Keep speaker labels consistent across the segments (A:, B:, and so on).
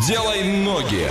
A: Делай ноги.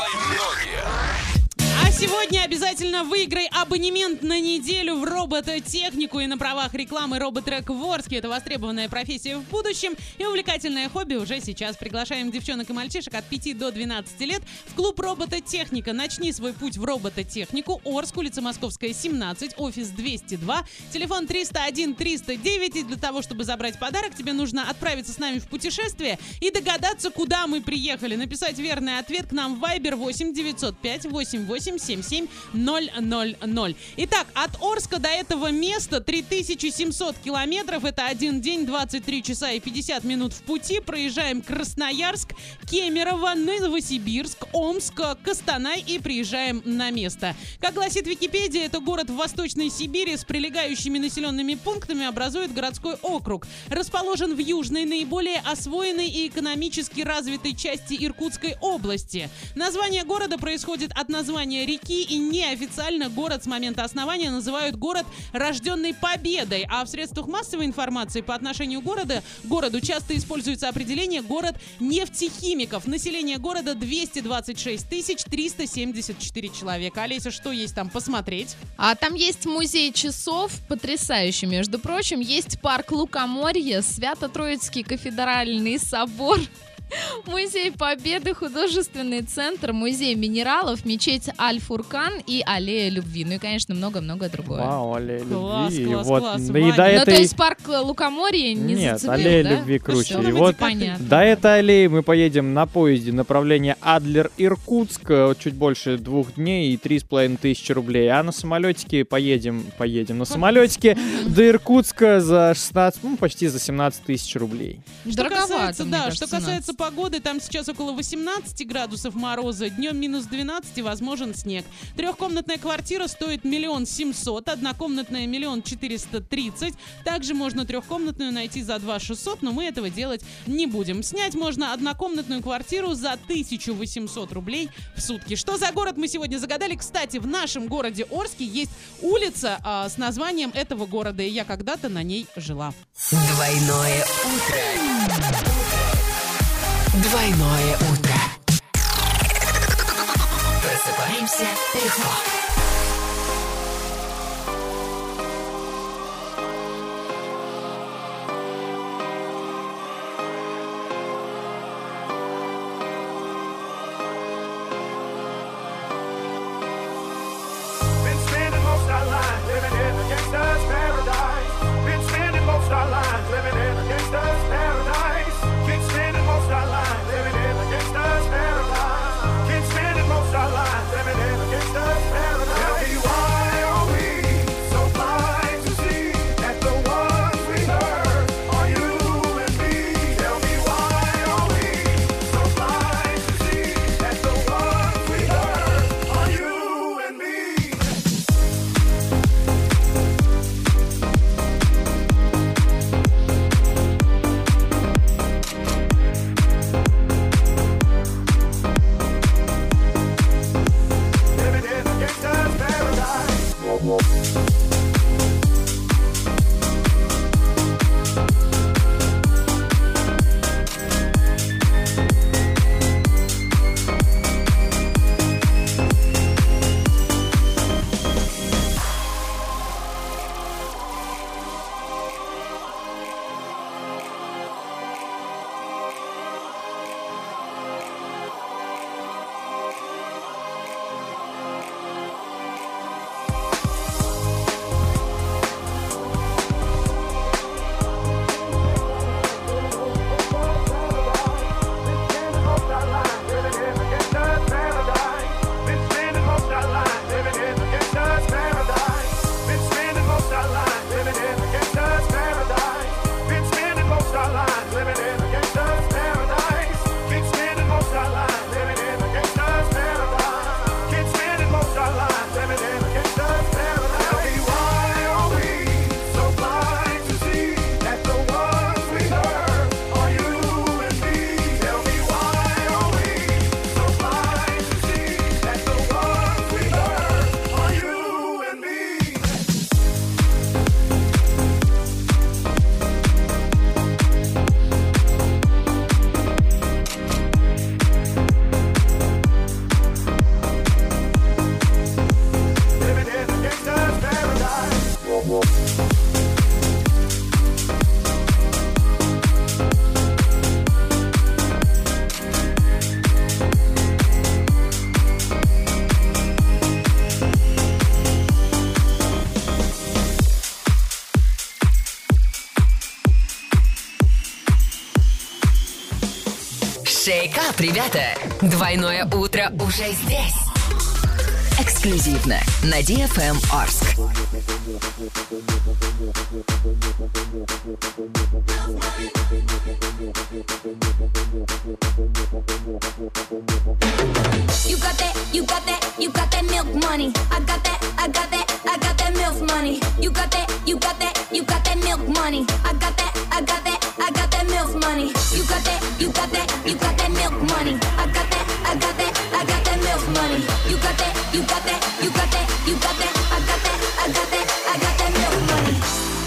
B: А сегодня обязательно выиграй абонемент на неделю в робототехнику и на правах рекламы Роботрек в Орске. Это востребованная профессия в будущем и увлекательное хобби уже сейчас. Приглашаем девчонок и мальчишек от 5 до 12 лет в клуб Робототехника. Начни свой путь в робототехнику. Орск, улица Московская, 17, офис 202, телефон 301-309. И для того, чтобы забрать подарок, тебе нужно отправиться с нами в путешествие и догадаться, куда мы приехали. Написать верный ответ к нам в Viber 8 905 88 77 000. Итак, от Орска до этого места 3700 километров. Это один день, 23 часа и 50 минут в пути. Проезжаем Красноярск, Кемерово, Новосибирск, Омск, Костанай и приезжаем на место. Как гласит Википедия, это город в Восточной Сибири с прилегающими населенными пунктами образует городской округ. Расположен в южной, наиболее освоенной и экономически развитой части Иркутской области. Название города происходит от названия реки, и неофициально город с момента основания называют город, рожденный победой. А в средствах массовой информации по отношению к городу часто используется определение «город нефтехимиков». Население города 226 374 человека. Олеся, что есть там посмотреть?
C: Там есть музей часов, потрясающий, между прочим. Есть парк Лукоморье, Свято-Троицкий кафедральный собор, Музей Победы, художественный центр, музей минералов, мечеть Аль-Фуркан и аллея любви. Ну и, конечно, много-много другое.
D: Вау, аллея
B: Класс,
D: любви.
B: класс,
D: Вот,
B: класс,
D: да и
B: Ваня.
D: до
C: Ну,
D: этой...
C: то есть парк Лукоморье не
D: Нет,
C: зацепил,
D: аллея
C: да?
D: любви круче.
B: Что
D: И
B: вы
D: вот
C: понятно.
D: до этой аллеи мы поедем на поезде направление Адлер-Иркутск. Чуть больше 2 дней и 3500 рублей. А на самолетике поедем на самолетике до Иркутска за 16, почти за 17 тысяч рублей.
C: Дороговато, мне кажется,
B: что касается погоды, там сейчас около 18 градусов мороза, днем минус 12, возможен снег. Трехкомнатная квартира стоит 1 700 000, однокомнатная 1 430 000. Также можно трехкомнатную найти за 2 600, но мы этого делать не будем. Снять можно однокомнатную квартиру за 1800 рублей в сутки. Что за город мы сегодня загадали? Кстати, в нашем городе Орске есть улица с названием этого города, и я когда-то на ней жила.
E: Двойное утро. Двойное утро. Просыпаемся легко.
F: Been spending most our lives living in a gangster's paradise. Been spending most our lives living in a gangster's paradise. Been spending most our lives living in a gangster's paradise. Been spending most our lives living in a gangster's paradise.
E: Wake up, ребята! Двойное утро уже здесь. Эксклюзивно на DFM Орск.
A: You got that, you got that, you got that milk money. I got that, I got that, I got that milk money. You got that, you got that, you got that milk money. I got that, I got that, I got that milk money. You got that, you got that, you got that milk money. I got that, I got that, I got that milk money. You got that, you got that, you got that, you got that, I got that, I got that, I got that milk money.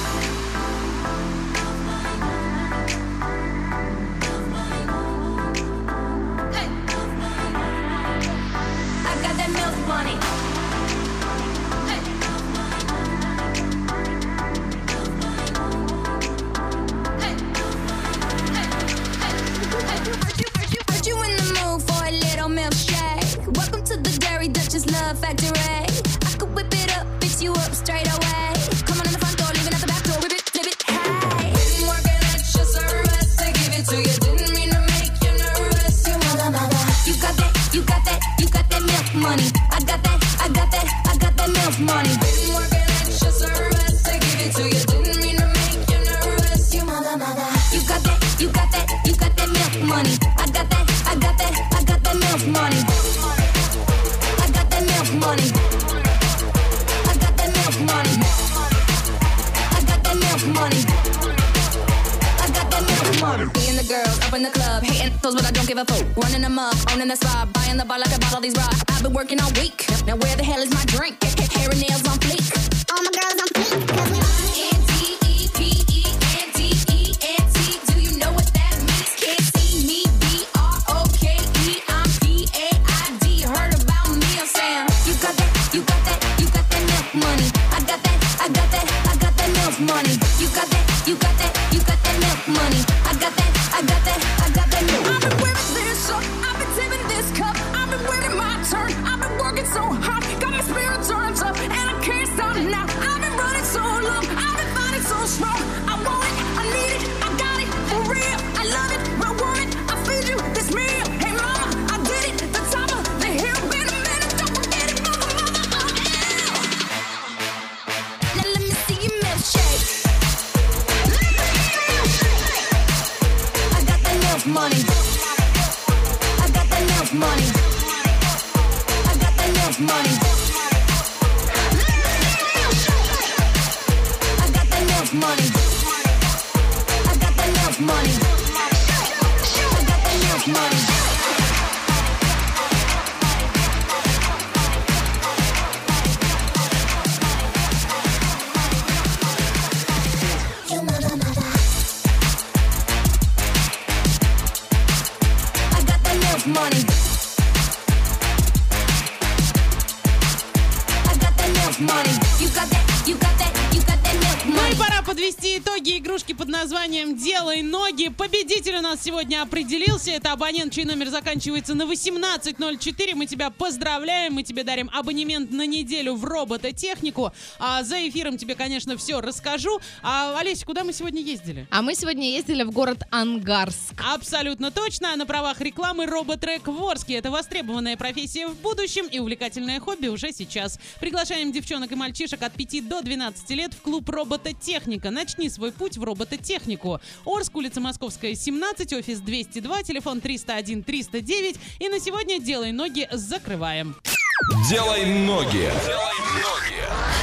A: Love Factory. I could whip it up, fix you up straight away. Come on in the front door, leaving out the back door, whip it, flip it, hey. Didn't work and at your service, I give it to you. Didn't mean to make you nervous. You got that, you got that, you got that milk money. I got that, I got that, I got that milk money. Didn't work and at your service, I give it to you. Didn't mean to make you nervous. You got that, you got that, you got that milk money. I got that, I got that, I got that milk money. Money. I got that milk money. I got that milk money. I got that milk money. Me and the girls up in the club, hating those, but I don't give a fuck. Running them up, owning the spot, buying the bar like I bought all these rocks. I've been working all week. Now where the hell is my drink? Hair and nails on fleek. All my girls on fleek. 'Cause we money. You got that, you got that, you got that milk money. I got that, I got that, I got that milk. I've been wearing this up, I've been tipping this cup, I've been waiting my turn, I've been working so hard, got my spirit turned up, and I can't stop now. I've been running so long, I've been fighting so strong. I want it, I need it, I got it, for real. I love it, I want it, I feed you this meal. Hey mama, I did it, the top of the hill. Been a minute, don't forget it, mother, Now let me see you milkshake. Money. I got that milk money. I got that milk money. I got that milk money. I got that milk money. I got that milk money. Money. I got that milk money. You got that, you got that, you got that milk money.
B: Ну и пора подвести итоги игрушки под названием «Делай ноги». Победитель у нас сегодня определился. Это абонент, чей номер заканчивается на 1804. Мы тебя поздравляем. Мы тебе дарим абонемент на неделю в робототехнику. За эфиром тебе, конечно, все расскажу. Олеся, куда мы сегодня ездили?
C: А мы сегодня ездили в город Ангарск.
B: Абсолютно точно. На правах рекламы роботрек в Орске. Это востребованная профессия в будущем и увлекательное хобби уже сейчас. Приглашаем девчонок и мальчишек от 5 до 12 лет в клуб «Робототехника». Начни свой путь в робототехнику. Орск, улица Московская, 17, офис 202, телефон 301-309. И на сегодня «Делай ноги» закрываем.
G: Делай ноги. Делай ноги.